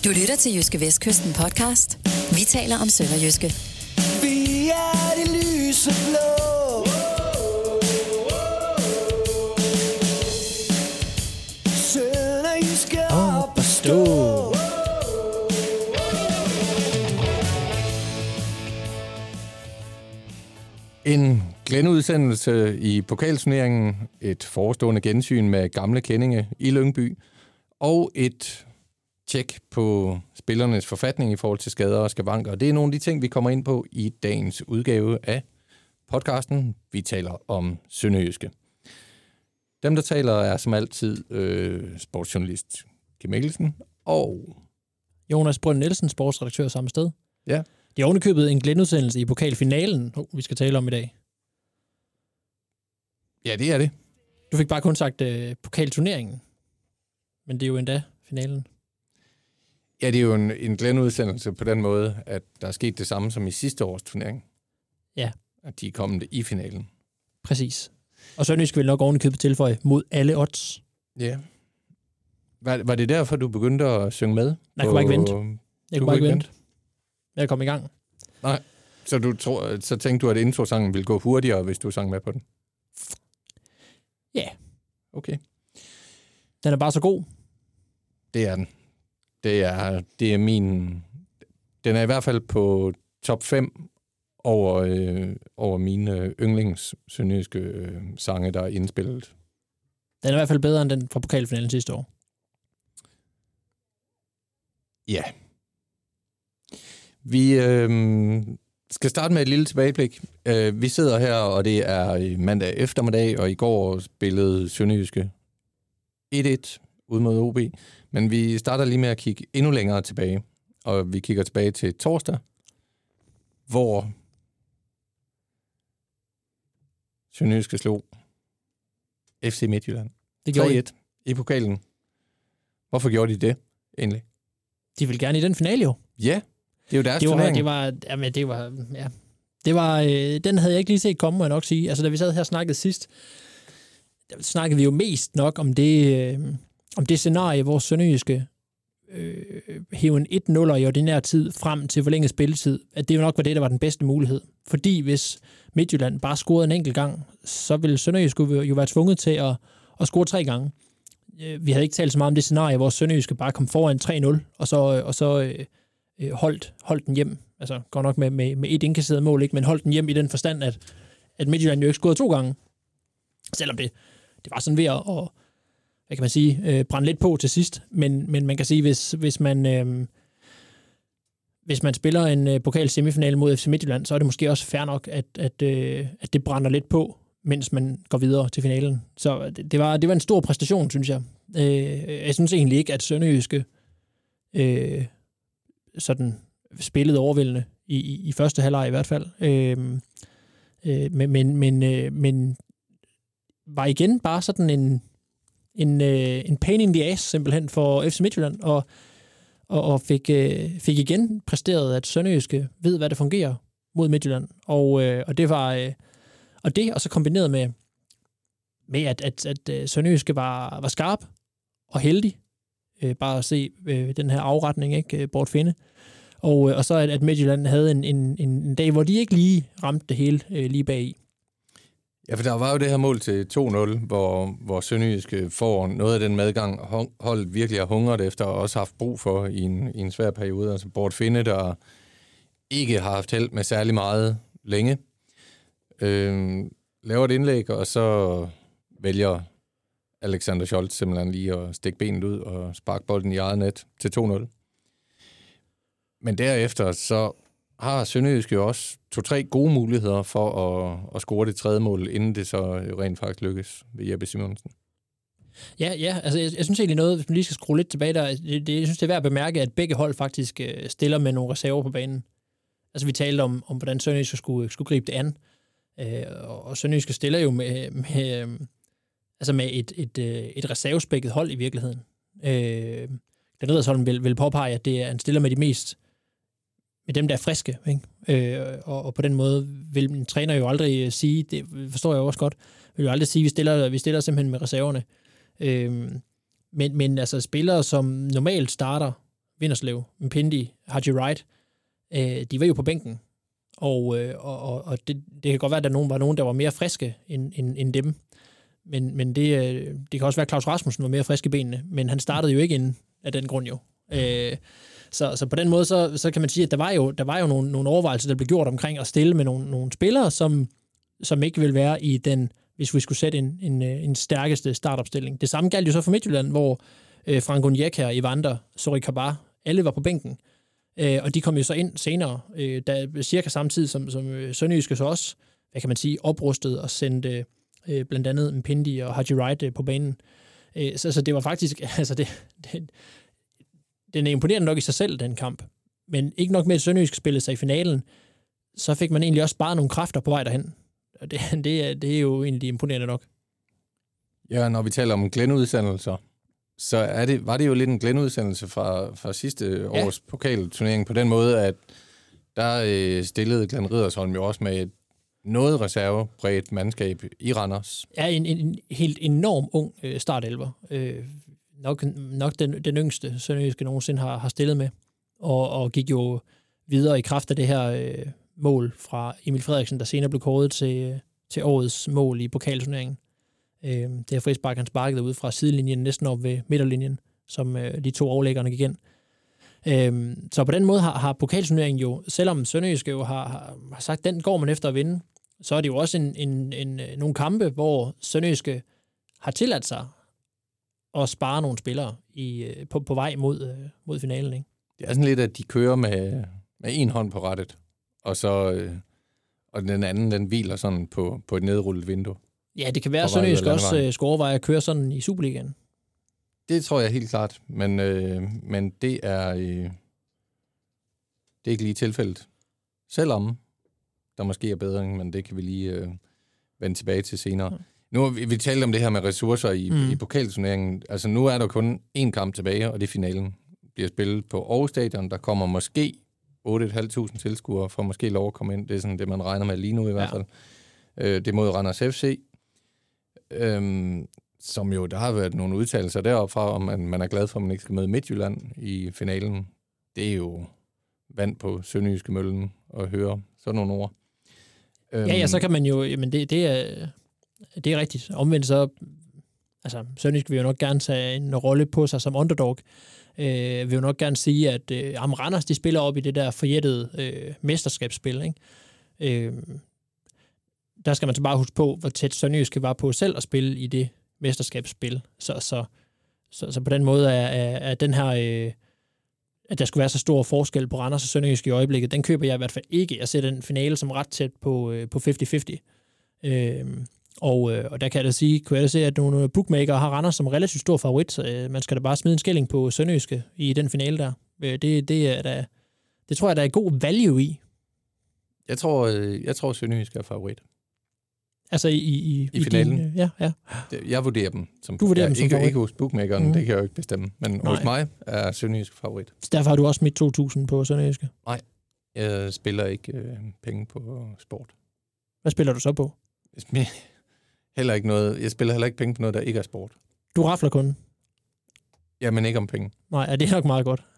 Du lytter til Jyske Vestkysten podcast. Vi taler om sønderjyske. Vi er de lyseblå. Sønderjyske op at stå. En glændeudsendelse i pokalturneringen, et forestående gensyn med gamle kendinge i Lyngby, og et tjek på spillernes forfatning i forhold til skader og skavanker. Det er nogle af de ting, vi kommer ind på i dagens udgave af podcasten. Vi taler om sønderjyske. Dem, der taler, er som altid sportsjournalist Kim Mikkelsen og Jonas Brønd Nielsen, sportsredaktør samme sted. ja. De har ovenikøbet en glændeudsendelse i pokalfinalen, vi skal tale om i dag. Ja, det er det. Du fik bare kun sagt pokalturneringen, men det er jo endda finalen. Ja, det er jo en glændeudsendelse på den måde, at der er sket det samme som i sidste års turnering. Ja. At de er kommet i finalen. Præcis. Og Sønderjysk vil nok ovenikøbet tilføje mod alle odds. Ja. Var det derfor, du begyndte at synge med? Jeg kunne bare ikke vente. Jeg kunne bare ikke vente. Jeg kom i gang. Nej, så tænkte du, at introsangen ville gå hurtigere, hvis du sang med på den? Ja. Okay. Den er bare så god. Det er den. Det er min... Den er i hvert fald på top 5 over mine yndlingssønderjyske sange, der er indspillet. Den er i hvert fald bedre end den fra pokalfinalen sidste år. Ja. Vi skal starte med et lille tilbageblik. Vi sidder her, og det er mandag eftermiddag, og i går spillede Sønderjyske 1-1 ud mod OB. Men vi starter lige med at kigge endnu længere tilbage, og vi kigger tilbage til torsdag, hvor Sønderjyske slog FC Midtjylland. Det gjorde 3-1 i pokalen. Hvorfor gjorde de det egentlig? De vil gerne i den finale jo. Ja, det er jo deres turnering. Den havde jeg ikke lige set komme, må jeg nok sige. Altså, da vi sad her og snakkede sidst, der snakkede vi jo mest nok om det scenarie, hvor Sønderjyske hæve en 1-0 i ordinær tid frem til forlænget spilletid, at det jo nok var det, der var den bedste mulighed. Fordi hvis Midtjylland bare scorede en enkelt gang, så ville Sønderjyske jo være tvunget til at score 3 gange. Vi havde ikke talt så meget om det scenarie, hvor Sønderjyske bare kom foran 3-0, og så holdt den hjem. Altså godt nok med et indkasseret mål, ikke, men holdt den hjem i den forstand, at Midtjylland jo ikke scorede 2 gange. Selvom det var sådan ved at hvad kan man sige, brænde lidt på til sidst. Men man kan sige, hvis man spiller en pokal semifinale mod FC Midtjylland, så er det måske også fair nok, at det brænder lidt på, mens man går videre til finalen. Så det var en stor præstation, synes jeg. Jeg synes egentlig ikke, at Sønderjyske sådan spillede overvældende i første halvleg i hvert fald. Men var igen bare sådan en pain in the ass simpelthen for FC Midtjylland, og fik igen præsteret, at Sønderjyske ved, hvad der fungerer mod Midtjylland. Og det var... og så kombineret med at Sønderjyske var skarp og heldig. Bare at se den her afretning, ikke, bortfinde. Og så at Midtjylland havde en dag, hvor de ikke lige ramte det hele lige bagi. Ja, for der var jo det her mål til 2-0, hvor Sønderjyske får noget af den medgang, holdet virkelig har hungret efter, og også haft brug for i en svær periode. Altså bortfinde, der ikke har haft held med særlig meget længe. Laver et indlæg, og så vælger Alexander Scholz simpelthen lige at stikke benet ud og sparke bolden i eget net til 2-0. Men derefter så har Sønderjyske jo også 2-3 gode muligheder for at score det tredje mål, inden det så rent faktisk lykkes ved Jeppe Simonsen. Ja, altså jeg synes egentlig noget, hvis man lige skal skrue lidt tilbage der, jeg synes det er værd at bemærke, at begge hold faktisk stiller med nogle reserver på banen. Altså vi talte om hvordan Sønderjyske skulle gribe det an, og Sønderjyske stiller jo med et reservespækket hold i virkeligheden. Den Riddersholm vil påpege, at det er en stiller med de mest, med dem, der er friske, ikke? Og på den måde vil en træner jo aldrig sige, det forstår jeg også godt, vil jo aldrig sige, vi stiller simpelthen med reserverne. Men altså spillere, som normalt starter Vinderslev, Mpindi, Haji Wright, de var jo på bænken. Og det kan godt være, at der var nogen, der var mere friske end dem. Men det kan også være, at Claus Rasmussen var mere frisk i benene, men han startede jo ikke inden af den grund jo. Så på den måde, så kan man sige, at der var jo nogle overvejelser, der blev gjort omkring at stille med nogle spillere, som ikke vil være i den, hvis vi skulle sætte en stærkeste startopstilling. Det samme galt jo så for Midtjylland, hvor Frank Onyeka, Evander, Sori Kaba, alle var på bænken. Og de kom jo så ind senere, cirka samtidig som Sønderjyske så også, hvad kan man sige, oprustede og sendte blandt andet Mpindi og Haji Wright på banen. Så det var faktisk, altså den er imponerende nok i sig selv, den kamp. Men ikke nok med, at Sønderjyske spillede sig i finalen, så fik man egentlig også sparet nogle kræfter på vej derhen. Og det er jo egentlig imponerende nok. Ja, når vi taler om Glenn-udsendelser, så var det jo lidt en Glenn-udsendelse fra sidste års pokalturnering på den måde, at der stillede Glenn Riddersholm jo også med et noget reservebredt mandskab i Randers. Ja, en helt enorm ung startelver. Nok den yngste Sønderjyske nogensinde har stillet med, og gik jo videre i kraft af det her mål fra Emil Frederiksen, der senere blev kåret til årets mål i pokalturneringen. Det her frispark, han sparkede ud fra sidelinjen, næsten op ved midterlinjen, som de to overlæggerne gik ind. Så på den måde har pokalturneringen jo, selvom Sønderjyske jo har sagt, at den går man efter at vinde, så er det jo også nogle kampe, hvor Sønderjyske har tilladt sig at spare nogle spillere på vej mod finalen. Ikke? Det er sådan lidt, at de kører med en hånd på rattet, og så og den anden, den hviler sådan på et nedrullet vindue. Ja, det kan være, at Sønderjysk også skal overveje at køre sådan i Superligaen. Det tror jeg helt klart, men det er ikke lige tilfældet. Selvom der måske er bedring, men det kan vi lige vende tilbage til senere. Ja. Nu har vi talt om det her med ressourcer i pokalturneringen. Altså nu er der kun én kamp tilbage, og det er finalen. Bliver spillet på Aarhus Stadion. Der kommer måske 8.500 tilskuere, for måske lov at komme ind. Det er sådan det, man regner med lige nu i hvert fald. Det er mod Randers FC. Som jo, der har været nogle udtalelser deroppe fra, om man er glad for, at man ikke skal møde Midtjylland i finalen. Det er jo vand på Sønderjyske Møllen at høre sådan nogle ord. Ja, så kan man jo, jamen det er rigtigt. Omvendt så, altså Sønderjyske vil jo nok gerne tage en rolle på sig som underdog. Vil jo nok gerne sige, at Randers, de spiller op i det der forjættede mesterskabsspil, ikke? Der skal man så bare huske på, hvor tæt Sønderjyske var på selv at spille i det mesterskabsspil. Så på den måde er den her, at der skulle være så stor forskel på Randers og Sønderjyske i øjeblikket, den køber jeg i hvert fald ikke. Jeg ser den finale som ret tæt på 50-50. Og der kan kunne jeg da se, at nogle bookmakere har Randers som relativt stor favorit. Man skal da bare smide en skilling på Sønderjyske i den finale der. Det tror jeg, der er god value i. Jeg tror Sønderjyske er favorit. Altså i finalen? Ja. Jeg vurderer dem som Du vurderer dem som favorit? Ikke hos bookmakeren, det kan jeg jo ikke bestemme. Men hos mig er Sønderjyske favorit. Så derfor har du også smidt 2.000 på Sønderjyske? Nej, jeg spiller ikke penge på sport. Hvad spiller du så på? Heller ikke noget. Jeg spiller heller ikke penge på noget, der ikke er sport. Du rafler kun? Ja, men ikke om penge. Nej, det er nok meget godt.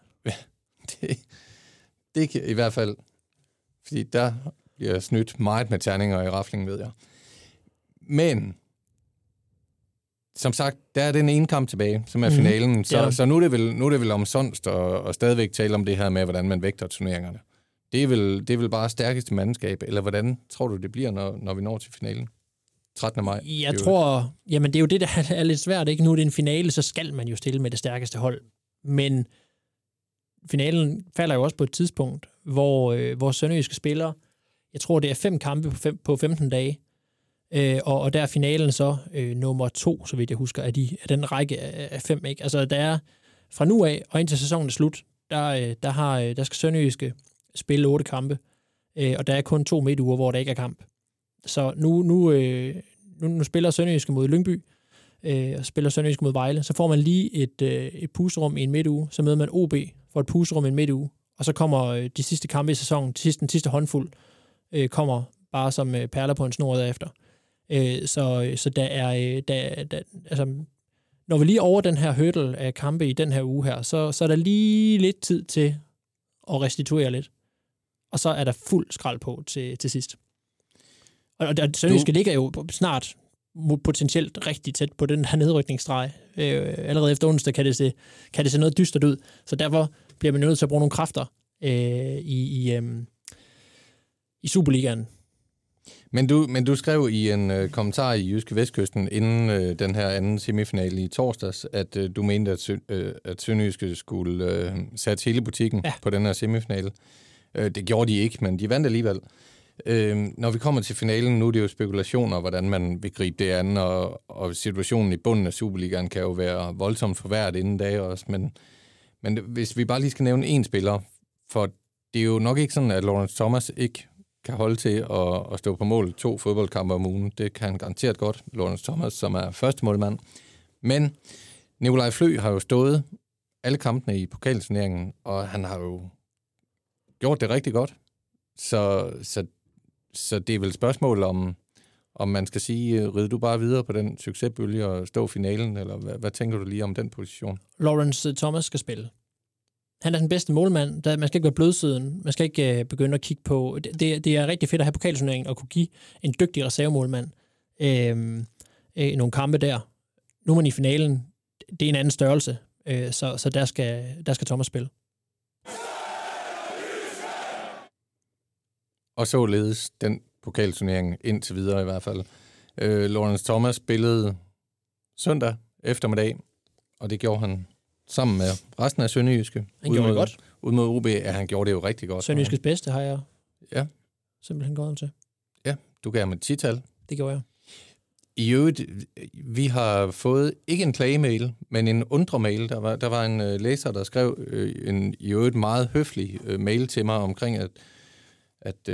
Det kan i hvert fald, fordi der bliver snydt meget med terninger i raflingen, ved jeg. Men som sagt, der er den ene kamp tilbage, som er finalen. Så nu er det vel omsonst og stadigvæk tale om det her med, hvordan man vægter turneringerne. Det er vel bare stærkeste mandskab, eller hvordan tror du, det bliver, når vi når til finalen? 13. maj. Jeg tror, jamen det er jo det, der er lidt svært, ikke? Nu er det en finale, så skal man jo stille med det stærkeste hold. Men finalen falder jo også på et tidspunkt, hvor Sønderjyske spiller, jeg tror, det er 5 kampe på 15 dage. Og der er finalen så nummer 2, så vidt jeg husker, af den række af 5. Ikke? Altså, der er fra nu af og indtil sæsonen er slut, der skal Sønderjyske spille 8 kampe, og der er kun 2 midtuger, hvor der ikke er kamp. Så nu spiller Sønderjyske mod Lyngby, og spiller Sønderjyske mod Vejle. Så får man lige et pusterum i en midtuge, så møder man OB for et pusterum i en midtuge, og så kommer de sidste kampe i sæsonen, den sidste håndfuld, kommer bare som perler på en snor derefter. Så der er altså når vi lige over den her hurdle af kampe i den her uge her, så er der lige lidt tid til at restituere lidt. Og så er der fuld skrald på til sidst. Og Sønderjyske ligger jo snart potentielt rigtig tæt på den her nedrykningsstreg. Allerede efter onsdag kan det se noget dystert ud. Så derfor bliver man nødt til at bruge nogle kræfter i Superligaen. Men du skrev i en kommentar i Jyske Vestkysten inden den her anden semifinale i torsdags, at du mente, at Sønderjyske skulle sætte hele butikken på den her semifinale. Det gjorde de ikke, men de vandt alligevel. Når vi kommer til finalen, nu er det jo spekulationer, hvordan man vil gribe det an, og situationen i bunden af Superligaen kan jo være voldsomt forværret inden da også, men hvis vi bare lige skal nævne én spiller, for det er jo nok ikke sådan, at Lawrence Thomas ikke kan holde til at stå på mål 2 fodboldkampe om ugen. Det kan han garanteret godt, Lawrence Thomas, som er første målmand. Men Nikolaj Flø har jo stået alle kampene i pokalturneringen, og han har jo gjort det rigtig godt. Så det er vel et spørgsmål om man skal sige, rider du bare videre på den succesbølge og stå i finalen, eller hvad tænker du lige om den position? Lawrence Thomas skal spille. Han er den bedste målmand. Man skal ikke være blødsiden. Man skal ikke begynde at kigge på... Det er rigtig fedt at have pokalturneringen og kunne give en dygtig reservemålmand nogle kampe der. Nu er man i finalen. Det er en anden størrelse. Så der skal Thomas spille. Og således den pokalturnering indtil videre i hvert fald. Lawrence Thomas spillede søndag eftermiddag, og det gjorde han sammen med resten af Sønderjyske. Han gjorde det godt. Ud mod OB, han gjorde det jo rigtig godt. Sønderjyskes bedste har jeg simpelthen gået til. Ja, du gav ham et 10-tal. Det gjorde jeg. I øvrigt, vi har fået ikke en klagemail, men en undremail. Der var en læser, der skrev en i øvrigt meget høflig mail til mig omkring, at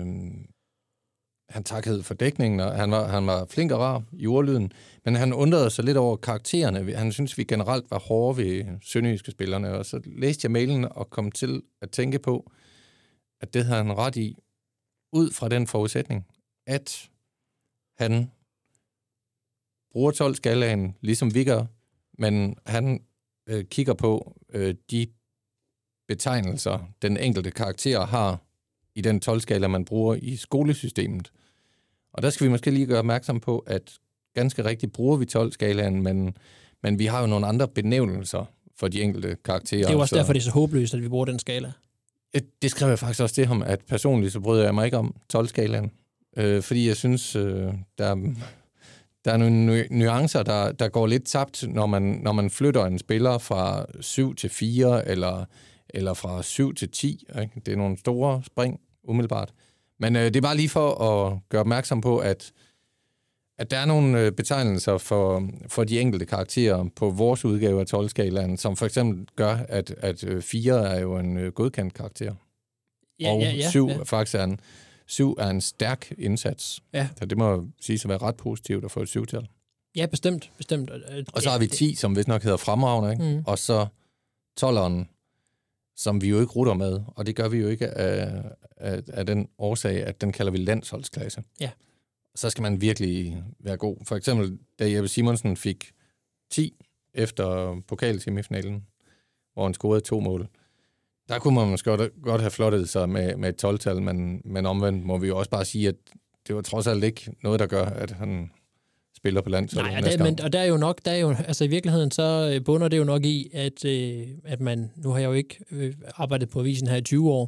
han takkede for dækningen, og han var flink og rar i ordlyden, men han undrede sig lidt over karaktererne. Han synes, vi generelt var hårde ved sønderjyske spillerne, og så læste jeg mailen og kom til at tænke på, at det havde han ret i, ud fra den forudsætning, at han bruger 12-skalaen, ligesom vi gør, men han kigger på de betegnelser, den enkelte karakter har i den 12-skala, man bruger i skolesystemet. Og der skal vi måske lige gøre opmærksom på, at ganske rigtigt bruger vi 12-skalaen, men vi har jo nogle andre benævnelser for de enkelte karakterer. Det er jo også derfor, det er så håbløst, at vi bruger den skala. Det skrev jeg faktisk også til ham, at personligt så bryder jeg mig ikke om 12-skalaen. Fordi jeg synes, der er nogle nuancer, der går lidt tabt, når man flytter en spiller fra 7 til 4, eller fra 7 til 10. Ikke? Det er nogle store spring, umiddelbart. Men det er bare lige for at gøre opmærksom på, at der er nogle betegnelser for de enkelte karakterer på vores udgave af 12-skalaen, som for eksempel gør, at 4 er jo en godkendt karakter. Og 7 faktisk er 7 er en stærk indsats. Ja. Så det må siges at være ret positivt at få et 7-tal. Ja, bestemt. Og så har vi 10, som vist nok hedder fremragende, ikke? Og så 12'eren, som vi jo ikke rutter med, og det gør vi jo ikke af den årsag, at den kalder vi landsholdsklasse. Ja. Så skal man virkelig være god. For eksempel, da Jeppe Simonsen fik 10 efter pokalsemifinalen, hvor han scorede 2 mål, der kunne man måske godt have flottet sig med et 12-tal, men omvendt må vi jo også bare sige, at det var trods alt ikke noget, der gør, at han spiller på landsholdet. Nej, og der er jo, altså i virkeligheden, så bunder det jo nok i, at man, nu har jeg jo ikke arbejdet på avisen her i 20 år,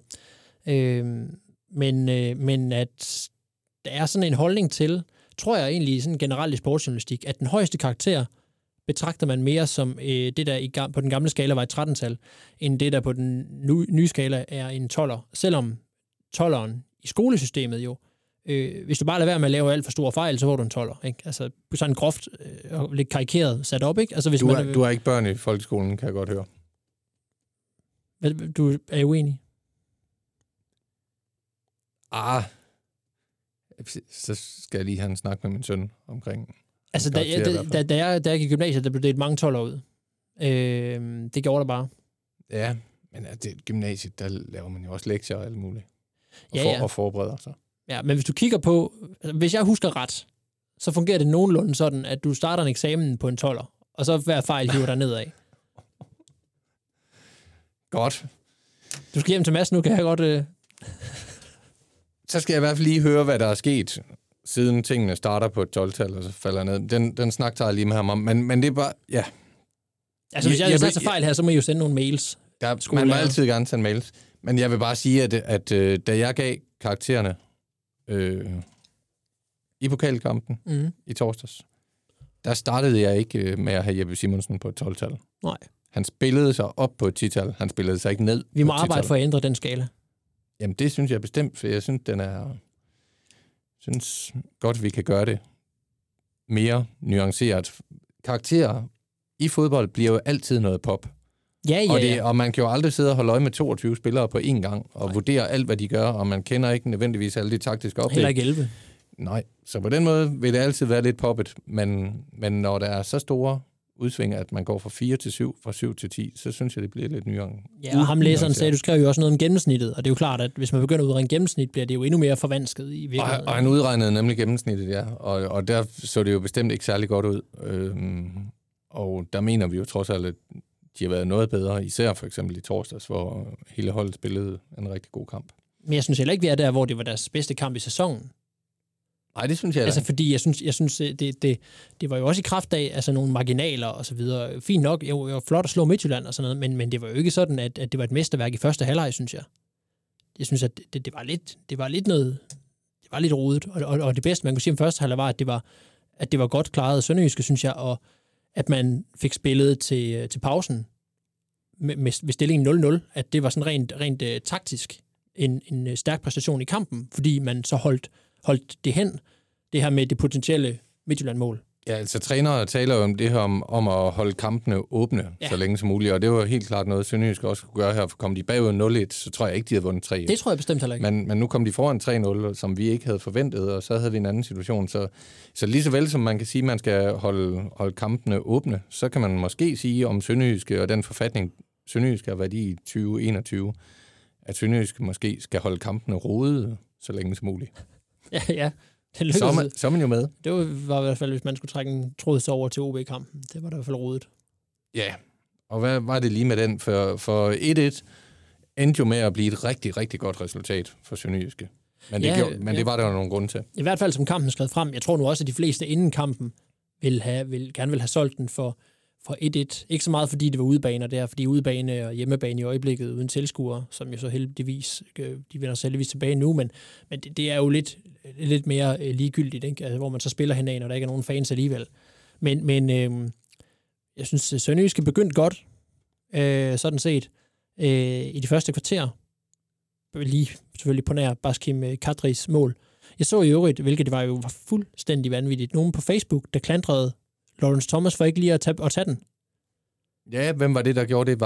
men at der er sådan en holdning til, tror jeg egentlig sådan generelt i sportsjournalistik, at den højeste karakter betragter man mere som det, der på den gamle skala var et 13-tal, end det, der på den nye skala er en 12'er. Selvom 12'eren i skolesystemet jo, hvis du bare lader være med at lave alt for store fejl, så får du en 12'er. Ikke? Altså sådan en groft og lidt karikeret sat op. Ikke? Altså, hvis du har ikke børn i folkeskolen, kan jeg godt høre. Du er uenig? Så skal jeg lige have en snak med min søn omkring. Altså, da jeg gik i gymnasiet, der blev delt mange 12'er ud. Det gjorde der bare. Ja, men det gymnasiet, der laver man jo også lektier og alt muligt. Og forbereder sig. Ja, men hvis du kigger på... Hvis jeg husker ret, så fungerer det nogenlunde sådan, at du starter en eksamen på en 12'er, og så hver fejl hiver der nedad. Godt. Du skal hjem til Mads nu, kan jeg godt... Så skal jeg i hvert fald lige høre, hvad der er sket, siden tingene starter på et 12-tal, og så falder ned. Den snak tager jeg lige med ham om, men det er bare... Ja. Altså, hvis jeg tager fejl her, så må I jo sende nogle mails. Man må altid gerne sende mails. Men jeg vil bare sige, at da jeg gav karaktererne i pokalkampen i torsdags, der startede jeg ikke med at have Jeppe Simonsen på et 12-tal. Nej. Han spillede sig op på et 10-tal. Han spillede sig ikke ned. Vi må arbejde for at ændre den skala. Jamen, det synes jeg bestemt, for jeg synes, synes godt, vi kan gøre det mere nuanceret. Karakterer i fodbold bliver jo altid noget pop. Ja. Og man kan jo aldrig sidde og holde øje med 22 spillere på én gang, og vurdere alt, hvad de gør, og man kender ikke nødvendigvis alle de taktiske oplæg. Heller ikke 11. Nej, så på den måde vil det altid være lidt poppet, men når der er så store udsving, at man går fra 4 til 7, fra 7 til 10, så synes jeg, det bliver lidt nyere. Ja, og ham læseren sagde, du skrev jo også noget om gennemsnittet, og det er jo klart, at hvis man begynder at udregne gennemsnit, bliver det jo endnu mere forvansket i virkeligheden. Og han udregnede nemlig gennemsnittet, ja, og der så det jo bestemt ikke særlig godt ud. Og der mener vi jo trods alt, at de har været noget bedre, især for eksempel i torsdags, hvor hele holdet spillede en rigtig god kamp. Men jeg synes heller ikke, vi er der, hvor det var deres bedste kamp i sæsonen. Nej, det synes jeg altså, fordi jeg synes det var jo også i kraft af altså, nogle marginaler og så videre. Fint nok, jo flot at slå Midtjylland og sådan noget, men det var jo ikke sådan, at det var et mesterværk i første halvleg, synes jeg. Jeg synes, at det var lidt rodet, og det bedste, man kunne sige om første halvleg, var, at det var godt klaret af Sønderjyske, synes jeg, og at man fik spillet til pausen med stillingen 0-0, at det var sådan rent taktisk en stærk præstation i kampen, fordi man så holdt det hen, det her med det potentielle Midtjylland-mål. Ja, altså trænere taler jo om det her om at holde kampene åbne så længe som muligt, og det var helt klart noget, Sønderjyske også kunne gøre her, for kom de bagud 0-1, så tror jeg ikke, de havde vundet 3-1. Det tror jeg bestemt heller ikke. Men nu kom de foran 3-0, som vi ikke havde forventet, og så havde vi en anden situation. Så lige så vel som man kan sige, at man skal holde kampene åbne, så kan man måske sige om Sønderjyske og den forfatning, Sønderjyske har været i 2021, at Sønderjyske måske skal holde kampene rodede så længe som muligt. Ja. Så er man jo med. Det var i hvert fald, hvis man skulle trække en tråd over til OB-kampen. Det var da i hvert fald rodet. Ja, og hvad var det lige med den? For 1-1 endte jo med at blive et rigtig, rigtig godt resultat for Sønderjyske. Men det var der jo nogle grunde til. I hvert fald som kampen skrev frem. Jeg tror nu også, at de fleste inden kampen gerne vil have solgt den for 1-1. Ikke så meget, fordi det var udebaner der, fordi udebane og hjemmebane i øjeblikket uden tilskuere, som jo så heldigvis, de vender sig heldigvis tilbage nu, men det er jo lidt mere ligegyldigt, ikke? Altså, hvor man så spiller hinanden, og der ikke er nogen fans alligevel. Men jeg synes, Sønderjyske begyndte godt, sådan set, i de første kvarter. Lige selvfølgelig på nær Baskim Kadris mål. Jeg så i øvrigt, hvilket det var fuldstændig vanvittigt, nogen på Facebook, der klandrede Lawrence Thomas for ikke lige at tage den. Ja, hvem var det, der gjorde det?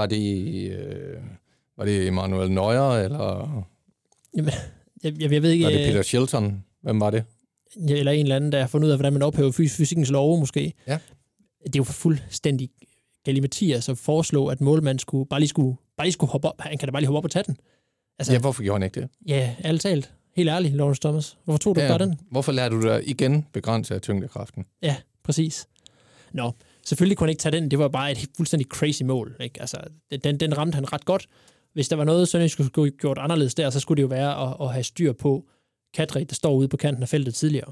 Var det Emanuel Neuer, eller... Jamen, jeg ved ikke... Var det Peter Shilton? Hvem var det? Eller en eller anden, der har fundet ud af, hvordan man ophæver fysikkens love, måske. Ja. Det er jo fuldstændig galimatias at foreslå, at målmanden bare lige skulle hoppe op. Han kan da bare lige hoppe op og tage den. Altså, ja, hvorfor gjorde han ikke det? Ja, ærligt talt. Helt ærligt, Lawrence Thomas. Hvorfor tog du bare den? Hvorfor lader du dig igen begrænse af tyngdekraften? Ja, præcis. Nå, selvfølgelig kunne han ikke tage den. Det var bare et fuldstændig crazy mål. Ikke? Altså, den ramte han ret godt. Hvis der var noget, Sønderjyske skulle gjort anderledes der, så skulle det jo være at have styr på Kadri, der står ude på kanten af feltet tidligere.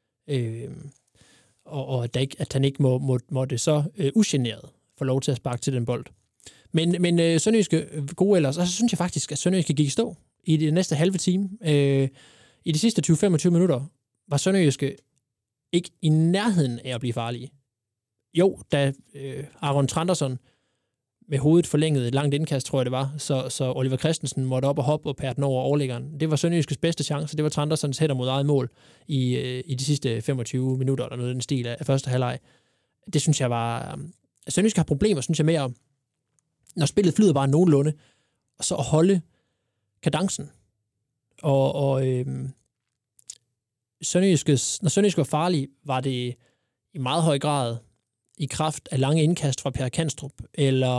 Og at han ikke måtte så ugeneret få lov til at sparke til den bold. Men Sønderjyske gode ellers, og så synes jeg faktisk, at Sønderjyske gik i stå i det næste halve time. I de sidste 20-25 minutter var Sønderjyske ikke i nærheden af at blive farlige. Jo, da Aron Tranderson med hovedet forlænget et langt indkast, tror jeg det var, så Oliver Christensen måtte op og hoppe og pære den over overliggeren. Det var Sønderjyskes bedste chance. Det var Trandersons hætter mod eget mål i de sidste 25 minutter, eller noget af den stil af første halvleg. Det synes jeg var... Sønderjyske har problemer, synes jeg, med at, når spillet flyder bare nogenlunde, og så at holde kadencen. Og når Sønderjyske var farlig, var det i meget høj grad i kraft af lange indkast fra Per Kanstrup,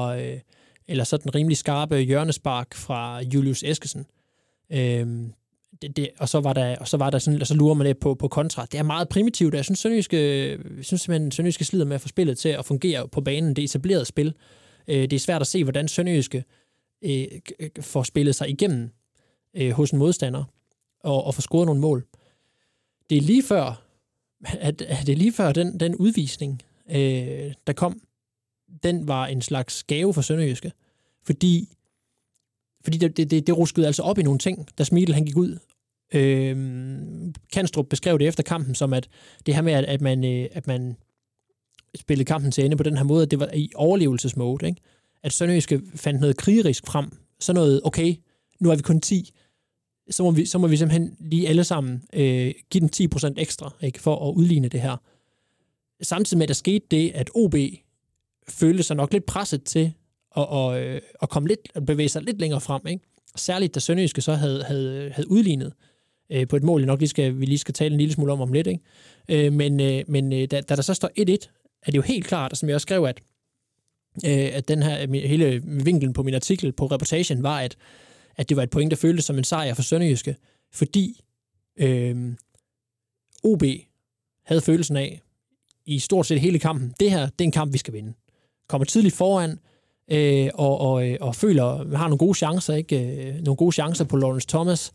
eller sådan rimelig skarpe hjørnespark fra Julius Eskesen. og så var der sådan, og så lurer man lidt på kontra. Det er meget primitivt, og jeg synes Sønderjyske slider med at få spillet til at fungere på banen. Det etablerede spil. Det er svært at se, hvordan Sønderjyske får spillet sig igennem hos en modstander og får scoret nogle mål. Det er lige før, den udvisning, der kom, den var en slags gave for Sønderjyske, fordi det ruskede altså op i nogle ting, da Smidl han gik ud. Kanstrup beskrev det efter kampen som, at det her med, at man spillede kampen til ende på den her måde, at det var i overlevelsesmode, ikke? At Sønderjyske fandt noget krigerisk frem. Så noget, okay, nu er vi kun 10, så må vi simpelthen lige alle sammen give den 10% ekstra, ikke, for at udligne det her. Samtidig med, at der skete det, at OB følte sig nok lidt presset til at komme lidt, at bevæge sig lidt længere frem, ikke? Særligt da Sønderjyske så havde udlignet på et mål, vi lige skal tale en lille smule om lidt, ikke? Men da der så står 1-1, er det jo helt klart, som jeg også skrev, at den her hele vinklen på min artikel på reportagen var, at det var et point, der føltes som en sejr for Sønderjyske, fordi OB havde følelsen af i stort set hele kampen, det her, det er en kamp, vi skal vinde. Kommer tidligt foran, og føler, har nogle gode chancer, ikke? Nogle gode chancer på Lawrence Thomas,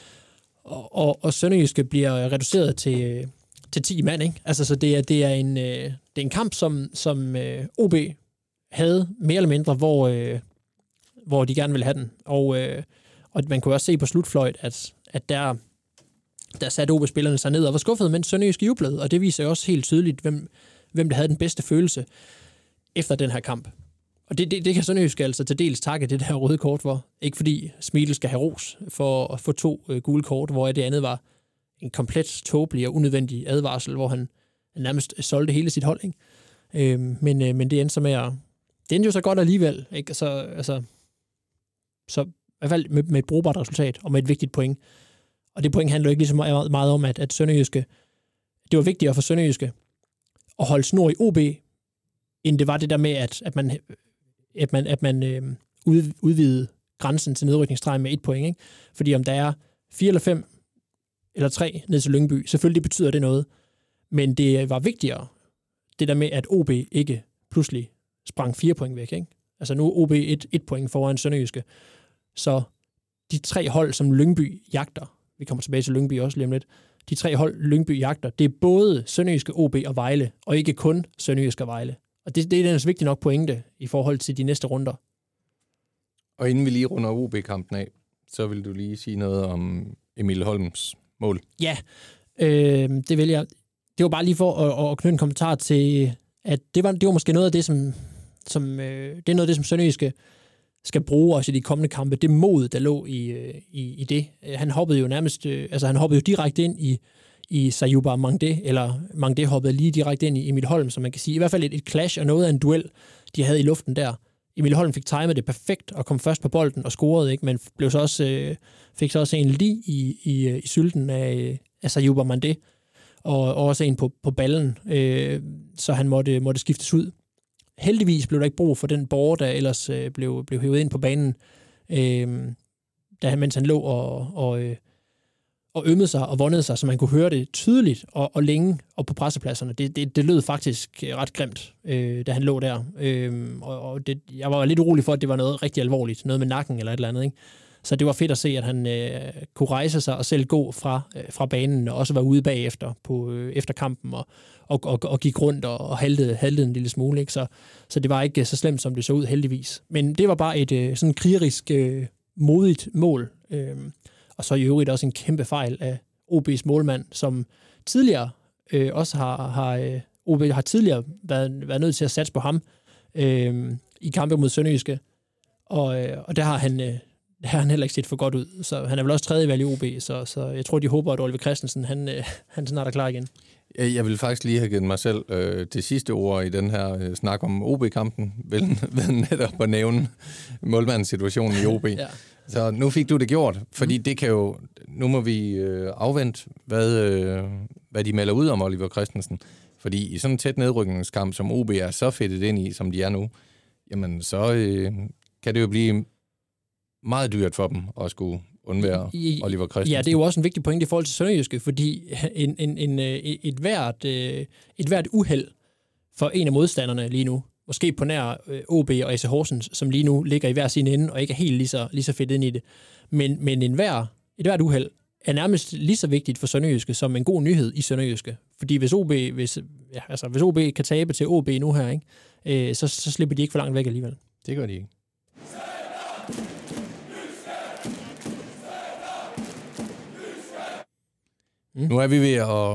og Sønderjyske bliver reduceret til 10 mand, ikke? Altså, så det er en kamp, som OB havde mere eller mindre, hvor de gerne ville have den. Og man kunne også se på slutfløjt, at der satte OB-spillerne sig ned og var skuffet, mens Sønderjyske jublede, og det viser jo også helt tydeligt, hvem der havde den bedste følelse efter den her kamp. Og det kan Sønderjyske altså til dels takke det der røde kort for. Ikke fordi Smidl skal have ros for at få 2 gule kort, hvor det andet var en komplet tåbelig og unødvendig advarsel, hvor han nærmest solgte hele sit hold, ikke? Men det endte så med at... Det endte jo så godt alligevel, ikke? Så i hvert fald med et brugbart resultat og med et vigtigt point. Og det point handler jo ikke lige så meget om, at Sønderjyske... Det var vigtigere for Sønderjyske at holde snor i OB, end det var det der med, at man udvidede grænsen til nedrykningsstregen med 1 point, ikke? Fordi om der er 4 eller 5 eller 3 ned til Lyngby, selvfølgelig betyder det noget. Men det var vigtigere, det der med, at OB ikke pludselig sprang 4 point væk, ikke? Altså nu er OB 1 point foran Sønderjyske. Så de 3 hold, som Lyngby jagter, vi kommer tilbage til Lyngby også lige om lidt, de 3 hold, Lyngby jagter, det er både Sønderjyske, OB og Vejle, og ikke kun Sønderjyske og Vejle. Og det er en vigtig nok pointe i forhold til de næste runder. Og inden vi lige runder OB-kampen af, så vil du lige sige noget om Emil Holms mål. Ja, det vil jeg. Det var bare lige for at knytte en kommentar til, at det var måske noget af det, som det er noget af det, som Sønderjyske skal bruge også i de kommende kampe. Det mod, der lå i det. Han hoppede jo nærmest, han hoppede jo direkte ind i Sayuba Mangde, eller Mangde hoppede lige direkte ind i Emil Holm, som man kan sige. I hvert fald et clash og noget af en duel, de havde i luften der. Emil Holm fik timet det perfekt og kom først på bolden og scorede, ikke? Men fik så også en lige i sylten af Sayuba Mangde, og også en på ballen, så han måtte skiftes ud. Heldigvis blev der ikke brug for den borger, der ellers blev hævet ind på banen, mens han lå og ømmede sig og vondede sig, så man kunne høre det tydeligt og længe og på pressepladserne. Det lød faktisk ret grimt, da han lå der. Jeg var lidt urolig for, at det var noget rigtig alvorligt, noget med nakken eller et eller andet, ikke? Så det var fedt at se, at han kunne rejse sig og selv gå fra banen, og også var ude bagefter efter kampen, og gik rundt og haltede en lille smule, ikke? Så det var ikke så slemt, som det så ud, heldigvis. Men det var bare et sådan krigerisk, modigt mål, og så i øvrigt også en kæmpe fejl af OB's målmand, som tidligere også OB har tidligere været nødt til at satse på ham i kampe mod Sønderjyske, og der har han heller ikke set for godt ud. Så han er vel også tredje valg i OB, så jeg tror, de håber, at Oliver Christensen, han snart er klar igen. Jeg vil faktisk lige have givet mig selv det sidste ord i den her snak om OB-kampen, ved netop at nævne målmandssituationen i OB. Ja. Så nu fik du det gjort, fordi det kan jo... Nu må vi afvente, hvad de melder ud om Oliver Christensen. Fordi i sådan en tæt nedrykningskamp, som OB er så fedtet ind i, som de er nu, jamen så kan det jo blive meget dyrt for dem at skulle undvære Oliver Christensen. Ja, det er jo også en vigtig point i forhold til Sønderjyske, fordi et hvert uheld for en af modstanderne lige nu, måske på nær OB og AC Horsens, som lige nu ligger i hver sin ende og ikke er helt lige så fedt ind i det. Men et hvert uheld er nærmest lige så vigtigt for Sønderjyske som en god nyhed i Sønderjyske. Fordi hvis OB kan tabe til OB nu her, ikke, så slipper de ikke for langt væk alligevel. Det gør de ikke. Nu er vi ved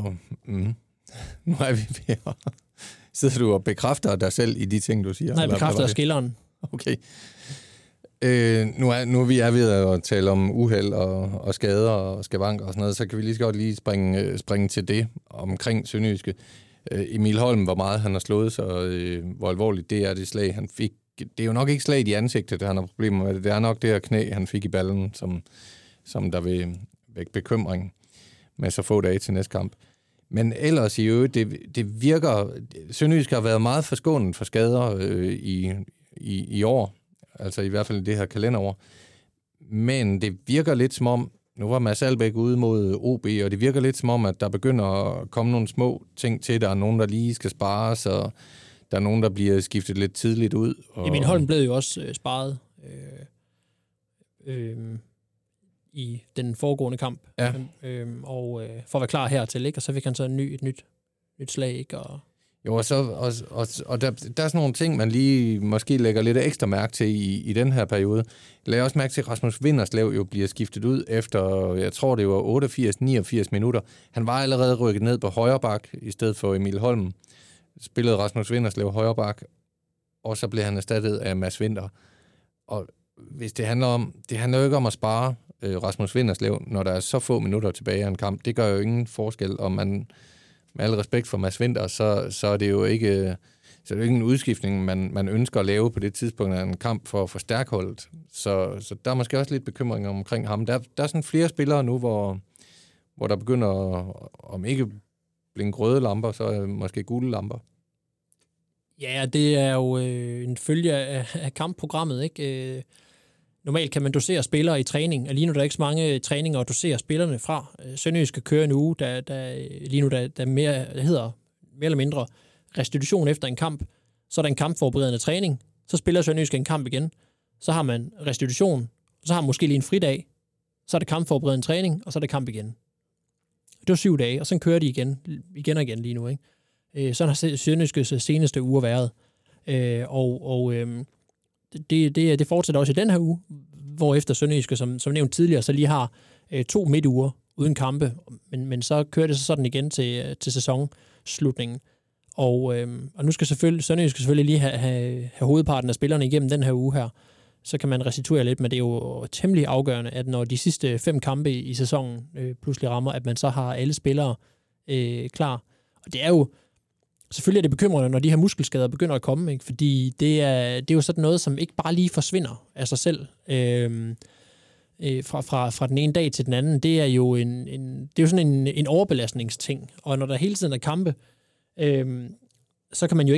at... Sidder du og bekræfter dig selv i de ting, du siger? Nej, jeg bekræfter skilleren. Okay. Nu er vi ved at tale om uheld og skader og skavanker og sådan noget, så kan vi lige så godt lige springe til det omkring Sønderjyske. Emil Holm, hvor meget han har slået sig, hvor alvorligt det er det slag, han fik. Det er jo nok ikke slag i ansigtet, han har problemer med det. Det er nok det her knæ, han fik i ballen, som der vil vække bekymring med så få dage til næste kamp. Men ellers i øvrigt, det virker... Sønderjyske har været meget forskånet for skader i år, altså i hvert fald i det her kalenderår. Men det virker lidt som om, nu var Mads Albeck ude mod OB, og det virker lidt som om, at der begynder at komme nogle små ting til. Der er nogen, der lige skal spares, og der er nogen, der bliver skiftet lidt tidligt ud. Og... Emil Holm blev jo også sparet i den foregående kamp. Ja. Og for at være klar hertil, ikke? Og så fik han så et nyt slag, ikke? Og... Jo, og der er sådan nogle ting, man lige måske lægger lidt ekstra mærke til i den her periode. Jeg lagde også mærke til, at Rasmus Vinderslev jo bliver skiftet ud efter, jeg tror det var 88-89 minutter. Han var allerede rykket ned på højre bak i stedet for Emil Holm. Spillede Rasmus Vinderslev højre bak, og så blev han erstattet af Mads Vinter. Og hvis det handler jo ikke om at spare Rasmus Vinderslev, når der er så få minutter tilbage af en kamp. Det gør jo ingen forskel, om man med al respekt for Mads Vinter, så er det jo ikke en udskiftning, man ønsker at lave på det tidspunkt af en kamp for at forstærke holdet. Så der er måske også lidt bekymring omkring ham. Der er sådan flere spillere nu, hvor der begynder om ikke blinke røde lamper, så måske gule lamper. Ja, det er jo en følge af kampprogrammet, ikke? Normalt kan man dosere spillere i træning, og lige nu der er ikke så mange træninger at dosere spillerne fra. Sønderjyske kører en uge, der mere eller mindre restitution efter en kamp. Så er der en kampforberedende træning, så spiller Sønderjyske en kamp igen. Så har man restitution, så har man måske lige en fridag, så er det kampforberedende træning, og så er det kamp igen. Det var 7 dage, og så kører de igen og igen lige nu, ikke? Sådan har Sønderjyskes seneste uger været. Det fortsætter også i den her uge, hvor efter Sønderjyske, som nævnt tidligere, så lige har 2 midtuger uden kampe, men så kører det så sådan igen til sæsonslutningen. Og nu skal Sønderjyske selvfølgelig lige have hovedparten af spillerne igennem den her uge her, så kan man restituere lidt, men det er jo temmelig afgørende, at når de sidste 5 kampe i sæsonen pludselig rammer, at man så har alle spillere klar. Og det er jo selvfølgelig er det bekymrende, når de her muskelskader begynder at komme, ikke? Fordi det er jo sådan noget, som ikke bare lige forsvinder af sig selv fra den ene dag til den anden. Det er jo sådan en overbelastningsting, og når der hele tiden er kampe, så kan man jo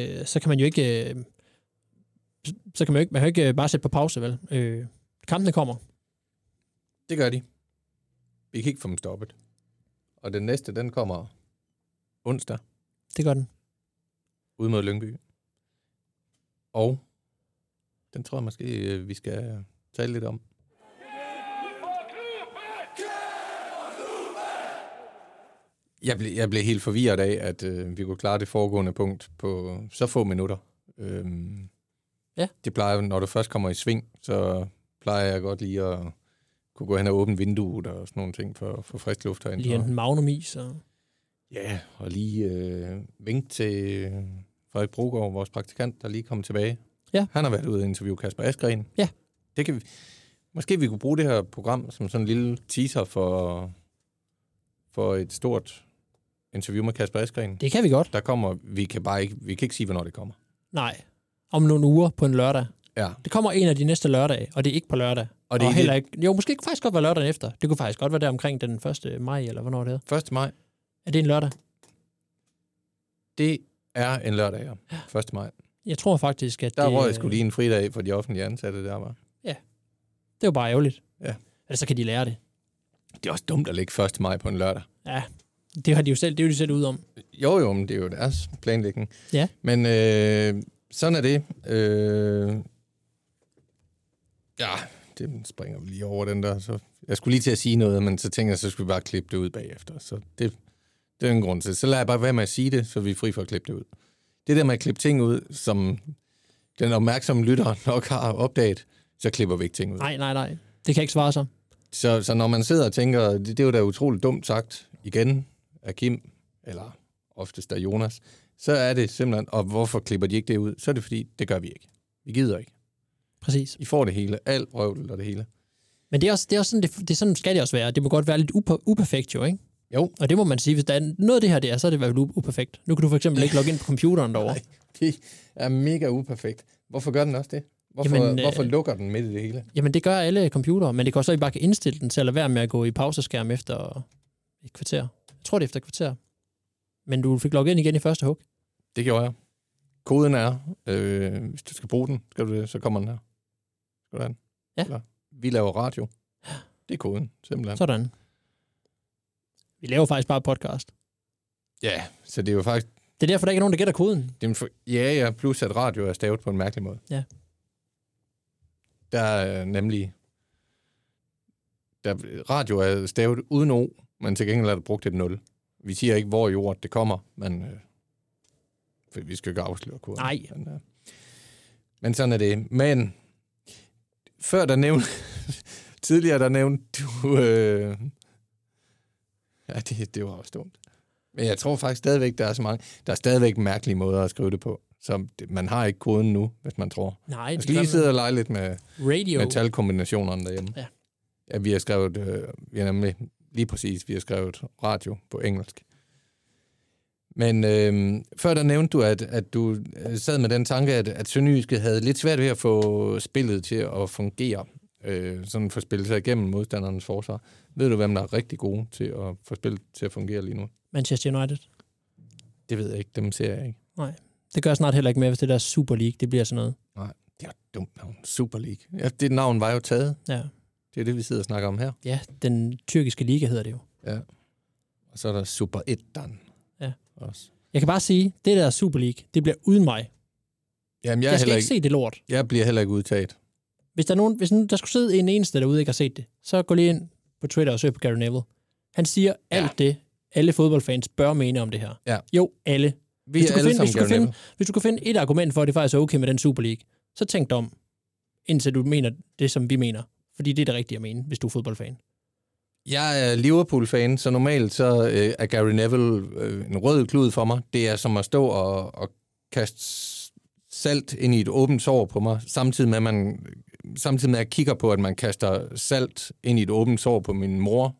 ikke bare sætte på pause, vel? Kampene kommer. Det gør de. Vi kan ikke få dem stoppet. Og den næste, den kommer onsdag. Det gør den. Ude mod Lyngby. Og den tror jeg måske, vi skal tale lidt om. Jeg blev helt forvirret af, at vi kunne klare det foregående punkt på så få minutter. Ja. Det plejer, når du først kommer i sving, så plejer jeg godt lige at kunne gå hen og åbne vinduet og sådan nogle ting for frisk luft herinde. Lige en magnumis og... Ja, og lige vinke til Frederik Brogaard, vores praktikant, der lige kom tilbage. Ja. Han har været ude og interviewe Kasper Askren. Ja. Det kan vi, måske vi kunne bruge det her program som sådan en lille teaser for et stort interview med Kasper Askren. Det kan vi godt. Der kommer, vi kan ikke sige, hvornår det kommer. Nej, om nogle uger på en lørdag. Ja. Det kommer en af de næste lørdage, og det er ikke på lørdag. Og det er heller ikke, jo, måske faktisk godt være lørdagen efter. Det kunne faktisk godt være der omkring den 1. maj, eller hvornår det hedder. 1. maj. Er det en lørdag? Det er en lørdag, ja. 1. maj. Jeg tror faktisk, at der røg sgu lige en fridag for de offentlige ansatte, der var. Ja, det var bare ærgerligt. Ja. Eller så kan de lære det. Det er også dumt at lægge 1. maj på en lørdag. Ja, det har de jo selv, det er jo de selv ud om. Jo, men det er jo deres planlægning. Ja. Men sådan er det. Ja, det springer vi lige over den der. Så jeg skulle lige til at sige noget, men så tænkte jeg, så skulle vi bare klippe det ud bagefter. Så det er en grund til. Så lader jeg bare være med at sige det, så vi er fri for at klippe det ud. Det der med at klippe ting ud, som den opmærksomme lytter nok har opdaget, så klipper vi ikke ting ud. Nej. Det kan ikke svare sig. Så når man sidder og tænker, det er jo da utroligt dumt sagt igen af Kim, eller oftest af Jonas, så er det simpelthen, og hvorfor klipper de ikke det ud? Så er det fordi, det gør vi ikke. Vi gider ikke. Præcis. I får det hele, alt brøvlet og det hele. Men det er også sådan, det sådan skal det også være. Det må godt være lidt uperfekt jo, ikke? Jo. Og det må man sige, hvis der er noget af det her, der, så er det vel uperfekt. Nu kan du for eksempel ikke logge ind på computeren derovre. Nej, det er mega uperfekt. Hvorfor gør den også det? Hvorfor lukker den midt i det hele? Jamen, det gør alle computere, men det kan også, at I bare kan indstille den til at lade være med at gå i pauseskærm efter et kvarter. Jeg tror, det er efter et kvarter. Men du fik logget ind igen i første hug. Det gjorde jeg. Koden er, hvis du skal bruge den, skal du det, så kommer den her. Sådan. Ja. Eller, vi laver radio. Det er koden, simpelthen. Sådan. Vi laver faktisk bare podcast. Ja, så det er jo faktisk... Det er derfor, der ikke er nogen, der gætter koden. Ja, plus at radio er stavet på en mærkelig måde. Ja. Der er nemlig... Radio er stavet uden O, men til gengæld er der brugt et 0. Vi siger ikke, hvor i ordet det kommer, men... for vi skal ikke afsløre koden. Nej. Men sådan er det. Men... Før der nævnte... tidligere der nævnte du... Ja, det var også dumt. Men jeg tror faktisk stadigvæk, der er så mange... Der er stadigvæk mærkelige måder at skrive det på. Så man har ikke koden nu, hvis man tror. Nej, jeg skal lige sidde og lege lidt med, radio. Med talkombinationerne derhjemme. Ja, vi har skrevet... vi har nemlig lige præcis, vi har skrevet radio på engelsk. Men før der nævnte du, at du sad med den tanke, at Sønderjyske havde lidt svært ved at få spillet til at fungere. Sådan få spillet sig igennem modstandernes forsvar. Ved du, hvem der er rigtig gode til at få spillet til at fungere lige nu? Manchester United. Det ved jeg ikke, dem ser jeg ikke. Nej, det gør snart heller ikke mere, hvis det der Super League, det bliver sådan noget. Nej, det er et dumt navn. Super League. Ja, det navn var jo taget. Ja. Det er det, vi sidder og snakker om her. Ja, den tyrkiske liga hedder det jo. Ja. Og så er der Super Ettan. Ja. Også. Jeg kan bare sige, det der Super League, det bliver uden mig. Jamen, jeg skal ikke se det lort. Jeg bliver heller ikke udtaget. Hvis der skulle sidde en eneste derude, ikke har set det, så gå lige ind på Twitter og søg på Gary Neville. Han siger alt det, alle fodboldfans bør mene om det her. Ja. Jo, alle. Hvis du kan finde et argument for, at det faktisk er okay med den Super League, så tænk dig om, indtil du mener det, som vi mener. Fordi det er det rigtige at mene, hvis du er fodboldfan. Jeg er Liverpool-fan, så normalt så er Gary Neville en rød klud for mig. Det er som at stå og kaste salt ind i et åbent sår på mig, samtidig med at jeg kigger på, at man kaster salt ind i et åbent sår på min mor,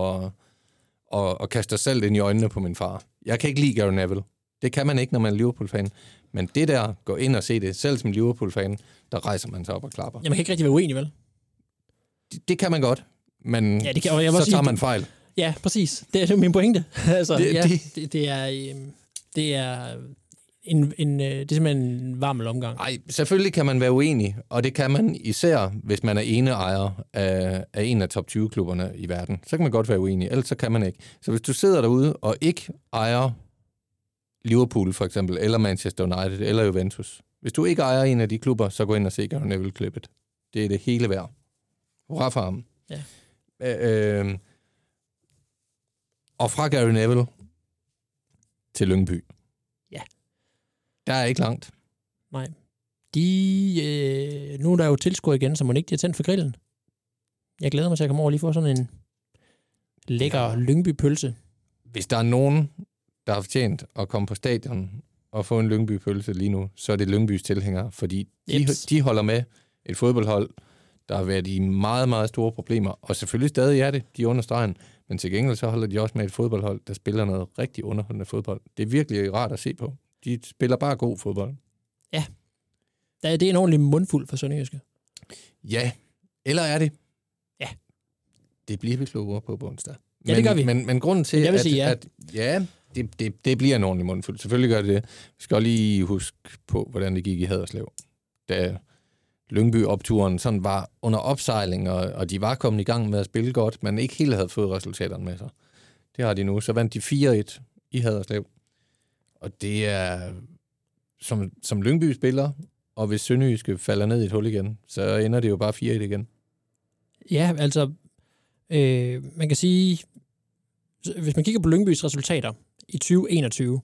og kaster salt ind i øjnene på min far. Jeg kan ikke lide Gary Neville. Det kan man ikke, når man er Liverpool-fan. Men det der, gå ind og se det, selv som Liverpool-fan, der rejser man sig op og klapper. Ja, man kan ikke rigtig være uenig, vel? Det kan man godt, men ja, så tager man fejl. Ja, præcis. Det er min pointe. Altså, det er simpelthen en varm omgang. Nej, selvfølgelig kan man være uenig, og det kan man især, hvis man er eneejer af en af top 20-klubberne i verden. Så kan man godt være uenig, ellers så kan man ikke. Så hvis du sidder derude og ikke ejer Liverpool for eksempel, eller Manchester United, eller Juventus. Hvis du ikke ejer en af de klubber, så gå ind og se Gary Neville-klippet. Det er det hele værd. Hurra for ham. Ja. Og fra Gary Neville til Lyngby. Ja. Der er ikke langt. Nej. Nu er der jo tilskud igen, så må ikke de har tændt for grillen. Jeg glæder mig til at komme over og lige få sådan en lækker Lyngby-pølse. Hvis der er nogen, der har fortjent at komme på stadion og få en Lyngby-pølse lige nu, så er det Lyngbys tilhængere, fordi de holder med et fodboldhold, der har været i meget, meget store problemer, og selvfølgelig stadig er det, de er under stregen, men til gengæld så holder de også med et fodboldhold, der spiller noget rigtig underholdende fodbold. Det er virkelig rart at se på. De spiller bare god fodbold. Ja. Det er en ordentlig mundfuld for Sønderjyske. Ja. Eller er det? Ja. Det bliver vi klogere på onsdag. Ja, det gør vi. Men grunden til, det bliver en ordentlig mundfuld. Selvfølgelig gør det det. Vi skal lige huske på, hvordan det gik i Haderslev. Da Lyngby-opturen sådan var under opsejling, og de var kommet i gang med at spille godt, men ikke helt havde fået resultaterne med sig. Det har de nu. Så vandt de 4-1 i Haderslev. Og det er, som Lyngby spiller, og hvis Sønderjyske falder ned i et hul igen, så ender det jo bare 4-1 igen. Ja, altså, man kan sige, hvis man kigger på Lyngbys resultater i 2021,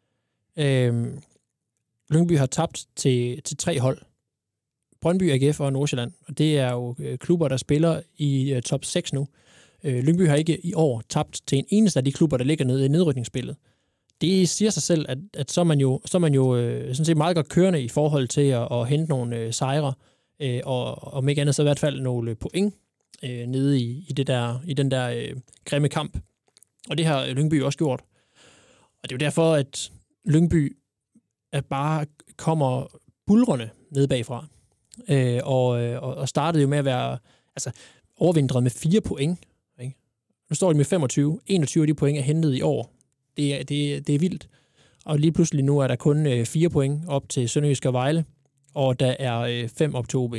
Lyngby har tabt til 3 hold. Brøndby, AGF og Nordsjælland. Og det er jo klubber, der spiller i top 6 nu. Lyngby har ikke i år tabt til en eneste af de klubber, der ligger nede i nedrykningsspillet. Det siger sig selv, at så er man jo sådan set meget godt kørende i forhold til at hente nogle sejre, og om ikke andet så i hvert fald nogle point nede i den der grimme kamp. Og det har Lyngby også gjort. Og det er jo derfor, at Lyngby bare kommer bulrende nede bagfra. Og startede jo med at være overvintret med 4 point. Ikke? Nu står de med 25. 21 af de point er hentet i år. Det er vildt. Og lige pludselig nu er der kun 4 point op til Sønderjysk og Vejle, og der er 5 op til OB.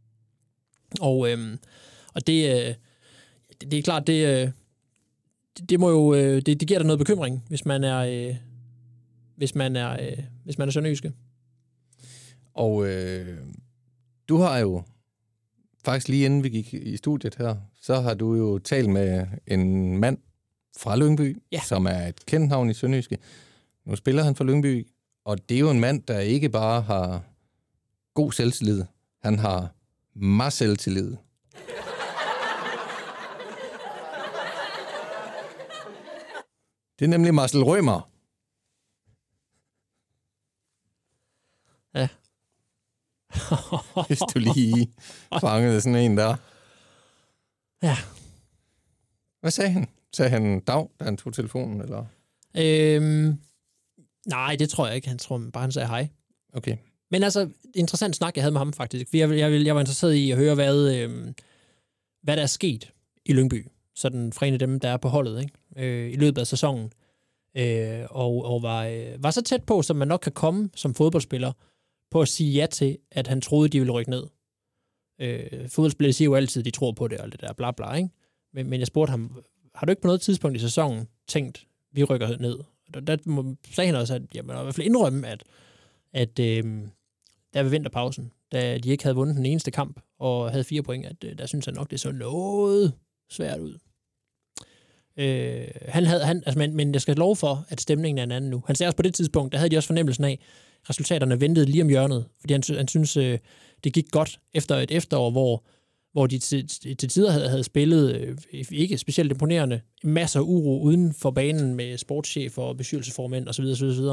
Og det er klart, det må jo det giver der noget bekymring, hvis man er sønderjyske. Og du har jo faktisk lige inden vi gik i studiet her, så har du jo talt med en mand fra Lyngby, som er et kendt navn i Sønderjyske. Nu spiller han for Lyngby, og det er jo en mand, der ikke bare har god selvtillid, han har meget selvtillid. Det er nemlig Marcel Rømer. Ja. Hvis du lige fangede sådan en der. Ja. Hvad sagde han? Sagde han dag, da han tog telefonen, eller? Nej, det tror jeg ikke. Han tror bare, han sagde hej. Okay. Men altså, interessant snak, jeg havde med ham faktisk. Jeg var interesseret i at høre, hvad der er sket i Lyngby. Sådan fra en af dem, der er på holdet, ikke? I løbet af sæsonen. Og var så tæt på, som man nok kan komme som fodboldspiller, på at sige ja til, at han troede, de ville rykke ned. Fodboldspillere siger jo altid, de tror på det, og det der bla bla, ikke? Men jeg spurgte ham, har du ikke på noget tidspunkt i sæsonen tænkt, vi rykker ned? Der sagde han også, at jeg må i hvert fald indrømme, at der ved vinterpausen, da de ikke havde vundet den eneste kamp, og havde 4 point, at der synes han nok, det så noget svært ud. Men jeg skal love for, at stemningen er en anden nu. Han sagde også på det tidspunkt, der havde de også fornemmelsen af, resultaterne ventede lige om hjørnet, fordi han synes, det gik godt efter et efterår, hvor de til tider havde spillet ikke specielt imponerende, masser af uro uden for banen med sportschef og bestyrelsesformænd osv.,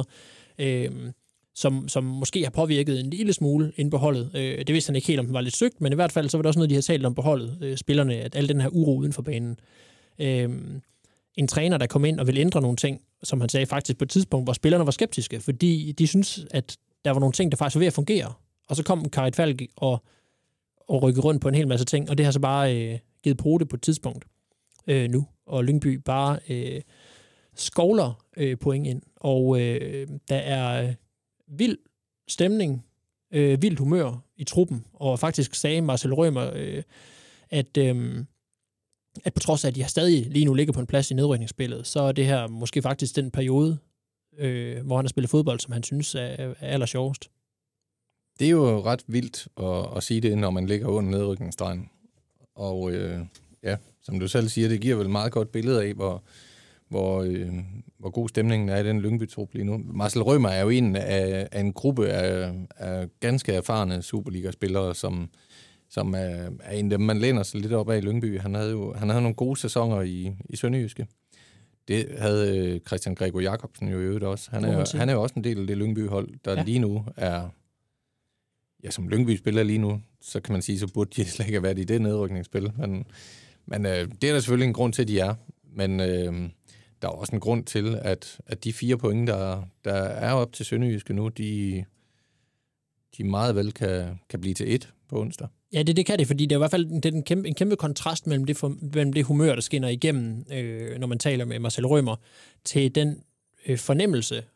som måske har påvirket en lille smule inde på holdet. Det vidste han ikke helt, om han var lidt søgt, men i hvert fald så var det også noget, de havde talt om på holdet, spillerne, at al den her uro uden for banen. En træner, der kom ind og ville ændre nogle ting, som han sagde faktisk på et tidspunkt, hvor spillerne var skeptiske, fordi de synes, at der var nogle ting, der faktisk var ved at fungere. Og så kom Karit Falk og rykkede rundt på en hel masse ting, og det har så bare givet pote på et tidspunkt nu. Og Lyngby bare skovler point ind. Og der er vild stemning, vildt humør i truppen, og faktisk sagde Marcel Rømer, at på trods af, at de stadig lige nu ligger på en plads i nedrykningsspillet, så er det her måske faktisk den periode, hvor han har spillet fodbold, som han synes er allersjovest. Det er jo ret vildt at sige det, når man ligger under nedrykningsstregen. Og som du selv siger, det giver vel et meget godt billede af, hvor god stemningen er i den Lyngby-trup lige nu. Marcel Rømer er jo en af en gruppe af ganske erfarne Superliga-spillere, som er en af dem, man læner sig lidt op af i Lyngby. Han havde nogle gode sæsoner i Sønderjyske. Det havde Christian Gregor Jacobsen jo i øvrigt også. Han er jo også en del af det Lyngby-hold, der lige nu er... Ja, som Lyngby spiller lige nu, så kan man sige, så burde de slet ikke have været i det nedrykningsspil. Men det er der selvfølgelig en grund til, at de er. Men der er også en grund til, at de 4 point, der er op til Sønderjyske nu, de meget vel kan blive til 1 på onsdag. Ja, det kan det, fordi det er i hvert fald en kæmpe kontrast mellem det humør, der skinner igennem, når man taler med Marcel Rømer, til den fornemmelse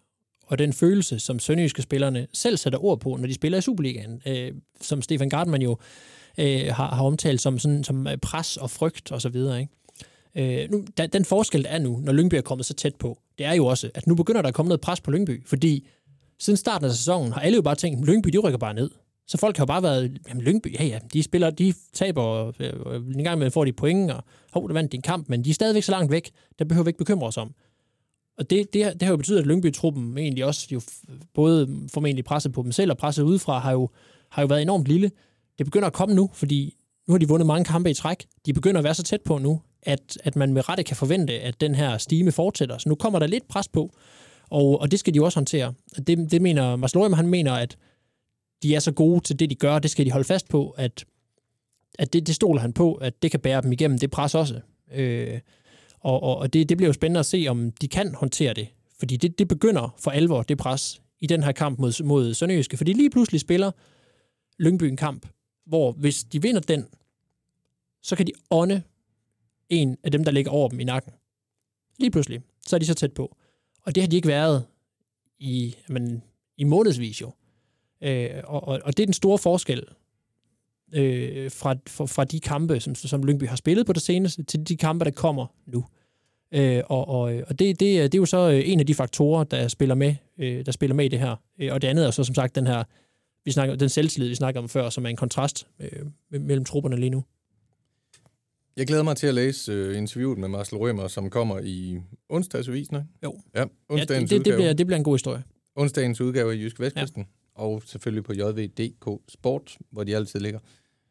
og den følelse, som sønderjyske spillerne selv sætter ord på, når de spiller i Superligaen, som Stefan Gartmann jo har omtalt som pres og frygt og så videre, ikke? Den forskel, der er nu, når Lyngby er kommet så tæt på, det er jo også, at nu begynder der at komme noget pres på Lyngby, fordi siden starten af sæsonen har alle jo bare tænkt, Lyngby, de rykker bare ned. Så folk har jo bare været, jamen Lyngby, ja, de taber, en gang med får de point, og der vandt de en kamp, men de er stadigvæk så langt væk, der behøver vi ikke bekymre os om. Og det har jo betydet, at Lyngby-truppen egentlig også, jo både formentlig presset på dem selv og presset udefra, har jo været enormt lille. Det begynder at komme nu, fordi nu har de vundet mange kampe i træk. De begynder at være så tæt på nu, at man med rette kan forvente, at den her stime fortsætter. Så nu kommer der lidt pres på, og det skal de jo også håndtere. Det mener Marcel Løjem, han mener, at de er så gode til det, de gør, det skal de holde fast på, at det stoler han på, at det kan bære dem igennem det pres også. Og det bliver jo spændende at se, om de kan håndtere det. Fordi det begynder for alvor, det pres, i den her kamp mod Sønderjyske. Fordi lige pludselig spiller Lyngby en kamp, hvor hvis de vinder den, så kan de ånde en af dem, der ligger over dem i nakken. Lige pludselig. Så er de så tæt på. Og det har de ikke været i månedsvis jo. Og det er den store forskel fra de kampe, som Lyngby har spillet på det seneste, til de kampe, der kommer nu. Og det er jo så en af de faktorer, der spiller med i det her. Og det andet er så som sagt den selvtillid, vi snakker om før, som er en kontrast mellem trupperne lige nu. Jeg glæder mig til at læse interviewet med Marcel Rømer, som kommer i onsdagsavisen. Jo. Ja, onsdagens udgave. Det bliver en god historie. Onsdagens udgave i Jysk Vestkysten. Ja. Og selvfølgelig på JV.dk Sport, hvor de altid ligger.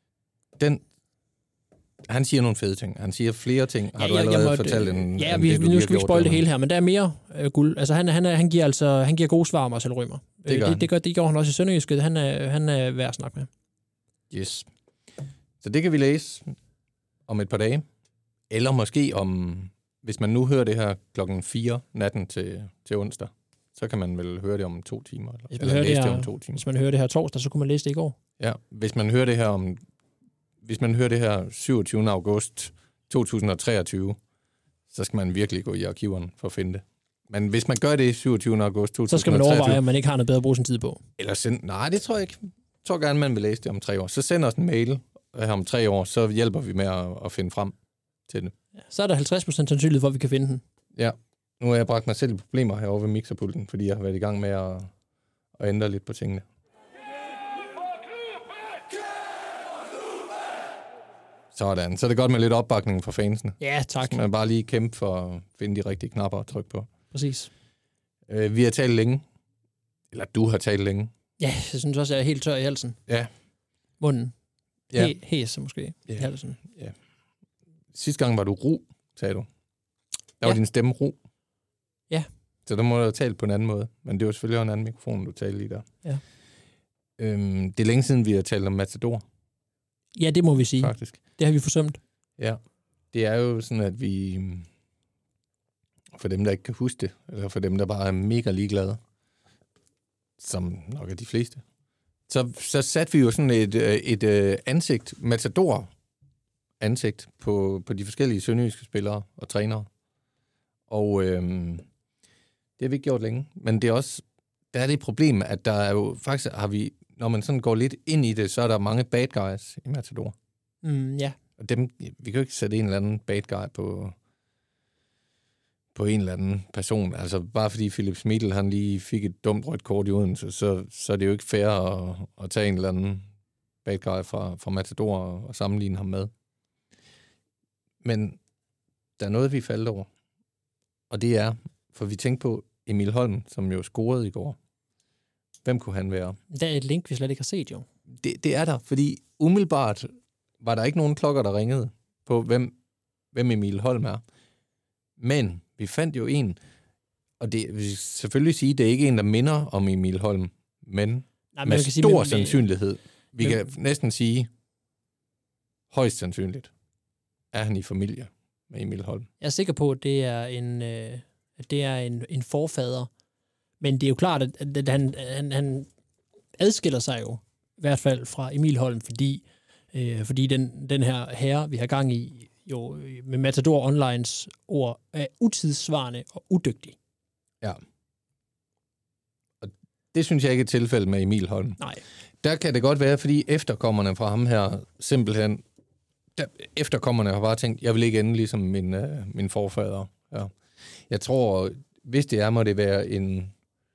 Han siger nogle fede ting. Han siger flere ting. Har du allerede fortalt en... Ja, vi nu skal vi ikke spoil det hele her, men der er mere guld. Altså, han giver gode svar, Marcel Rømer. Det gør han også i Sønderjyske. Han er værd at snakke med. Yes. Så det kan vi læse om et par dage. Eller måske hvis man nu hører det her 4:00 natten til onsdag, så kan man vel høre det om 2 timer. Eller læse det om 2 timer. Hvis man hører det her torsdag, så kunne man læse det i går. Ja, hvis man hører det her 27. august 2023, så skal man virkelig gå i arkiverne for at finde det. Men hvis man gør det 27. august 2023... Så skal man overveje, om man ikke har noget bedre at bruge sin tid på. Nej, det tror jeg ikke. Jeg tror gerne, man vil læse det om 3 år. Så send os en mail om 3 år, så hjælper vi med at finde frem til det. Ja, så er der 50% sandsynlighed for, at vi kan finde den. Ja. Nu har jeg bragt mig selv i problemer herovre ved mixerpulten, fordi jeg har været i gang med at ændre lidt på tingene. Sådan. Så er det godt med lidt opbakning fra fansene. Ja, tak. Så man bare lige kæmpe for at finde de rigtige knapper at trykke på. Præcis. Vi har talt længe. Eller du har talt længe. Ja, jeg synes også, jeg er helt tør i halsen. Ja. Munden. Ja. Hæs måske i halsen. Ja. Sidste gang var du ro, sagde du. Der var din stemme ro. Ja. Så der må du have talt på en anden måde. Men det var selvfølgelig en anden mikrofon, du talte lige der. Ja. Det er længe siden, vi har talt om Matador. Ja, det må vi sige. Faktisk. Det har vi forsømt. Ja. Det er jo sådan, at vi... For dem, der ikke kan huske det, eller for dem, der bare er mega ligeglade, som nok er de fleste, så satte vi jo sådan et ansigt, Matador-ansigt på de forskellige sønderjyske spillere og trænere. Og det har vi ikke gjort længe. Men det er også, der er det problem, at der er jo faktisk, når man sådan går lidt ind i det, så er der mange bad guys i Matador. Ja. Og dem, vi kan jo ikke sætte en eller anden bad guy på en eller anden person. Altså bare fordi Philip Smidl, han lige fik et dumt rødt kort i Odense, så er det jo ikke fair at tage en eller anden bad guy fra Matador og sammenligne ham med. Men der er noget, vi faldt over. Og det er, for vi tænkte på Emil Holm, som jo scorede i går. Hvem kunne han være? Der er et link, vi slet ikke har set, jo. Det er der, fordi umiddelbart var der ikke nogen klokker, der ringede på, hvem Emil Holm er. Men vi fandt jo en, og det vil selvfølgelig sige, det er ikke en, der minder om Emil Holm, men med stor sandsynlighed. Vi kan næsten sige, højst sandsynligt, er han i familie med Emil Holm. Jeg er sikker på, at det er en forfader, men det er jo klart, at han adskiller sig jo, i hvert fald fra Emil Holm, fordi den her herre, vi har gang i, jo med Matador Onlines ord, er utidssvarende og udygtig. Ja. Det synes jeg ikke er tilfældet med Emil Holm. Nej. Der kan det godt være, fordi efterkommerne fra ham her, simpelthen, efterkommerne har bare tænkt, jeg vil ikke ende ligesom min forfader. Ja. Jeg tror, hvis det er, må det være en...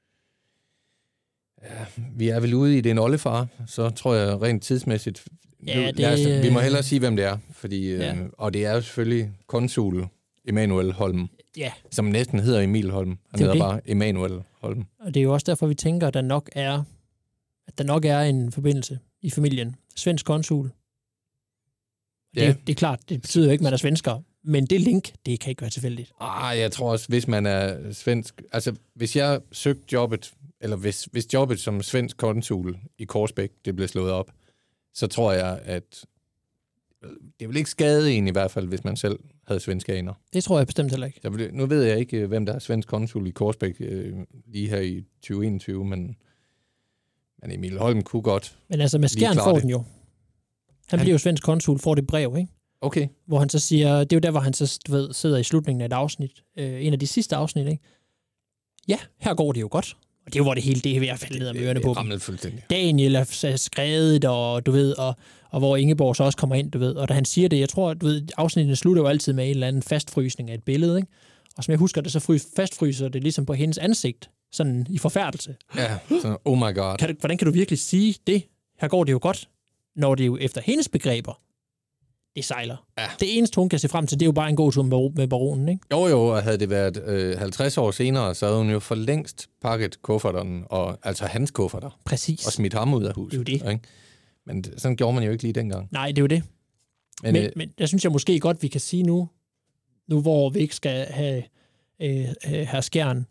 Ja, vi er vel ude i det en oldefar, så tror jeg rent tidsmæssigt... Ja, vi må hellere sige, hvem det er, fordi, og det er jo selvfølgelig konsul Emanuel Holm, som næsten hedder Emil Holm. Han hedder bare Emanuel Holm. Og det er jo også derfor, vi tænker, at der nok er en forbindelse i familien. Svensk konsul. Det er klart, det betyder jo ikke, at man er svensker, men det link, det kan ikke være tilfældigt. Jeg tror også, hvis man er svensk... Altså, hvis jeg søgte jobbet, eller hvis jobbet som svensk konsul i Korsbæk, det blev slået op, så tror jeg, at det vil ikke skade en i hvert fald, hvis man selv havde svenske aner. Det tror jeg bestemt heller ikke. Nu ved jeg ikke, hvem der er svensk konsul i Korsbæk lige her i 2021, men Emil Holm kunne godt. Men altså, med Skjern får den jo. Han bliver jo svensk konsul, får det brev, ikke? Okay. Hvor han så siger, det er jo der, hvor han så sidder i slutningen af et afsnit, en af de sidste afsnit, ikke? Ja, her går det jo godt. Og det er jo, hvor det hele det er ved at falde ned om ørerne på dem. Daniel er skrevet, og du ved, og hvor Ingeborg så også kommer ind, du ved. Og da han siger det, jeg tror, du ved, afsnittet slutter jo altid med en eller anden fastfrysning af et billede, ikke? Og som jeg husker det, så fastfryser det ligesom på hendes ansigt, sådan i forfærdelse. Ja, så, oh my god. Hvordan kan du virkelig sige det? Her går det jo godt, når det jo efter hendes begreber, det sejler. Ja. Det eneste, hun kan se frem til, det er jo bare en god tur med baronen, ikke? Jo, og havde det været 50 år senere, så havde hun jo for længst pakket kufferterne, og altså hans kufferter. Præcis. Og smidt ham ud af huset. Det er jo det. Ikke? Men sådan gjorde man jo ikke lige dengang. Nej, det er jo det. Men jeg synes jeg måske godt, vi kan sige nu hvor vi ikke skal have herr Skjern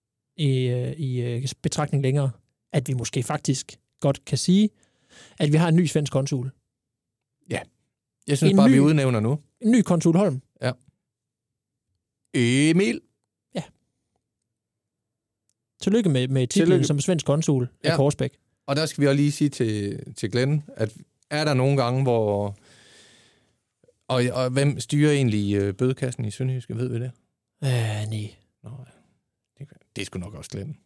i betragtning længere, at vi måske faktisk godt kan sige, at vi har en ny svensk konsul. Ja. Jeg synes bare, vi udnævner nu. En ny konsul Holm. Ja. Emil. Ja. Tillykke med titlen som svensk konsul af Korsbæk. Og der skal vi også lige sige til Glenn, at er der nogle gange, hvor... Og hvem styrer egentlig bødekassen i Sønderjyske, ved vi det? Nej. Det er sgu nok også Glenn.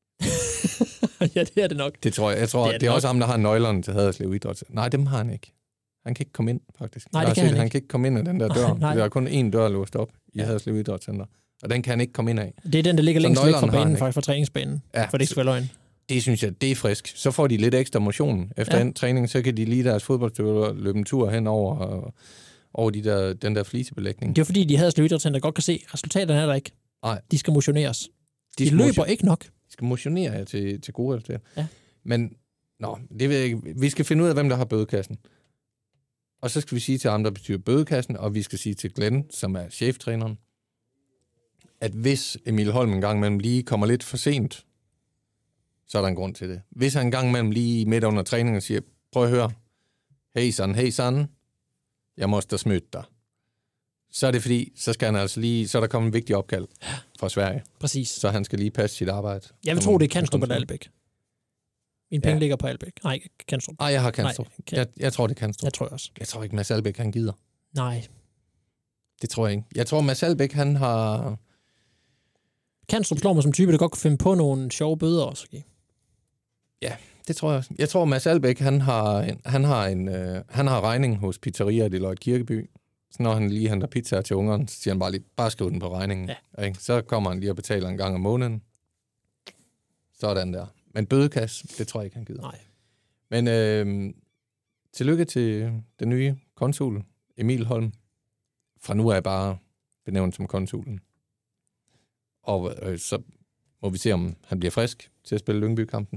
Ja, det er det nok. Det tror jeg. Jeg tror, det er også ham, der har nøglerne til Haderslev Idræt. Nej, dem har han ikke. Han kan ikke komme ind, faktisk. Nej, det kan han kan ikke komme ind af den der dør. Der er kun én dør låst op i Haderslev Idrætscenter. Og den kan han ikke komme ind af. Det er den, der ligger længst væk fra banen, faktisk fra træningsbanen. Ja, for det ikke skal være løgn. Det synes jeg, det er frisk. Så får de lidt ekstra motion. Efter en træning, så kan de lige deres fodboldstøvler løbe en tur hen over den der flisebelægning. Det er fordi, de Haderslev Idrætscenter godt kan se, resultaterne er der ikke. Nej. De skal motioneres. De løber ikke nok. De skal motionere til gode resultater. Ja. Men, det ved jeg ikke. Vi skal finde ud af, hvem der har bødekassen. Og så skal vi sige til ham, der bestyrer bødekassen, og vi skal sige til Glenn, som er cheftræneren, at hvis Emil Holm en gang imellem lige kommer lidt for sent, så er der en grund til det. Hvis han en gang imellem lige midt under træningen siger, prøv at høre, hey son, jeg måste smøtte dig. Så er det fordi, så skal han altså lige, så er der kommet en vigtig opkald fra Sverige. Præcis. Så han skal lige passe sit arbejde. Jeg vil tro, det er Kanstrup eller Albæk. Mine penge ligger på Albæk. Nej, Kanstrup. Jeg har Kanstrup. Jeg tror, det er Kanstrup. Jeg tror også. Jeg tror ikke, Mads Albæk, han gider. Nej. Det tror jeg ikke. Jeg tror, Mads Albæk, han har... Kanstrup slår mig som type, der godt kunne finde på nogle sjove bøder også. Okay? Ja, det tror jeg også. Jeg tror, Mads Albæk, han har regning hos pizzerier i Løjt Kirkeby. Så når han lige henter pizza til ungeren, så siger han bare skriv den på regningen. Ja. Ikke? Så kommer han lige og betaler en gang om måneden. Sådan der. Men bødekasse, det tror jeg ikke, han gider. Nej. Men tillykke til den nye konsul, Emil Holm. Fra nu er jeg bare benævnt som konsulen. Og så må vi se, om han bliver frisk til at spille Lyngby-kampen.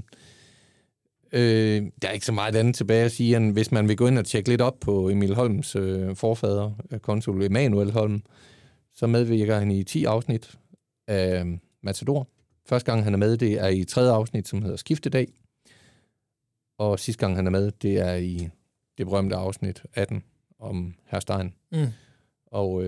Der er ikke så meget andet tilbage at sige, end hvis man vil gå ind og tjekke lidt op på Emil Holms forfader, konsul Emanuel Holm, så medvirker han i 10 afsnit af Matador. Første gang, han er med, det er i 3. afsnit, som hedder Skiftedag. Og sidste gang, han er med, det er i det berømte afsnit 18 om Herr Stein. Mm. Og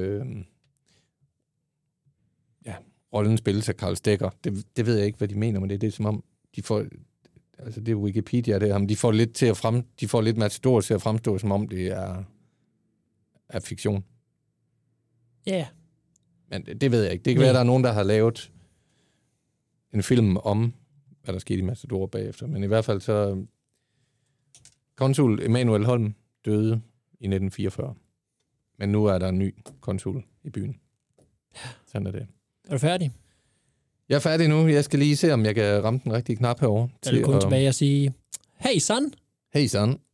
rollen spilles af Karl Stegger. Det ved jeg ikke, hvad de mener med det. Det er som om, de får... Altså, det er Wikipedia, det her, men de får lidt Matador til at fremstå, som om det er fiktion. Ja. Yeah. Men det ved jeg ikke. Det kan være, der er nogen, der har lavet en film om hvad der skete i Matador bagefter. Men i hvert fald så... Konsul Emanuel Holm døde i 1944. Men nu er der en ny konsul i byen. Sådan er det. Er du færdig? Jeg er færdig nu. Jeg skal lige se, om jeg kan ramme den rigtige knap herovre. Så er det kun tilbage at sige, hey son! Hey son!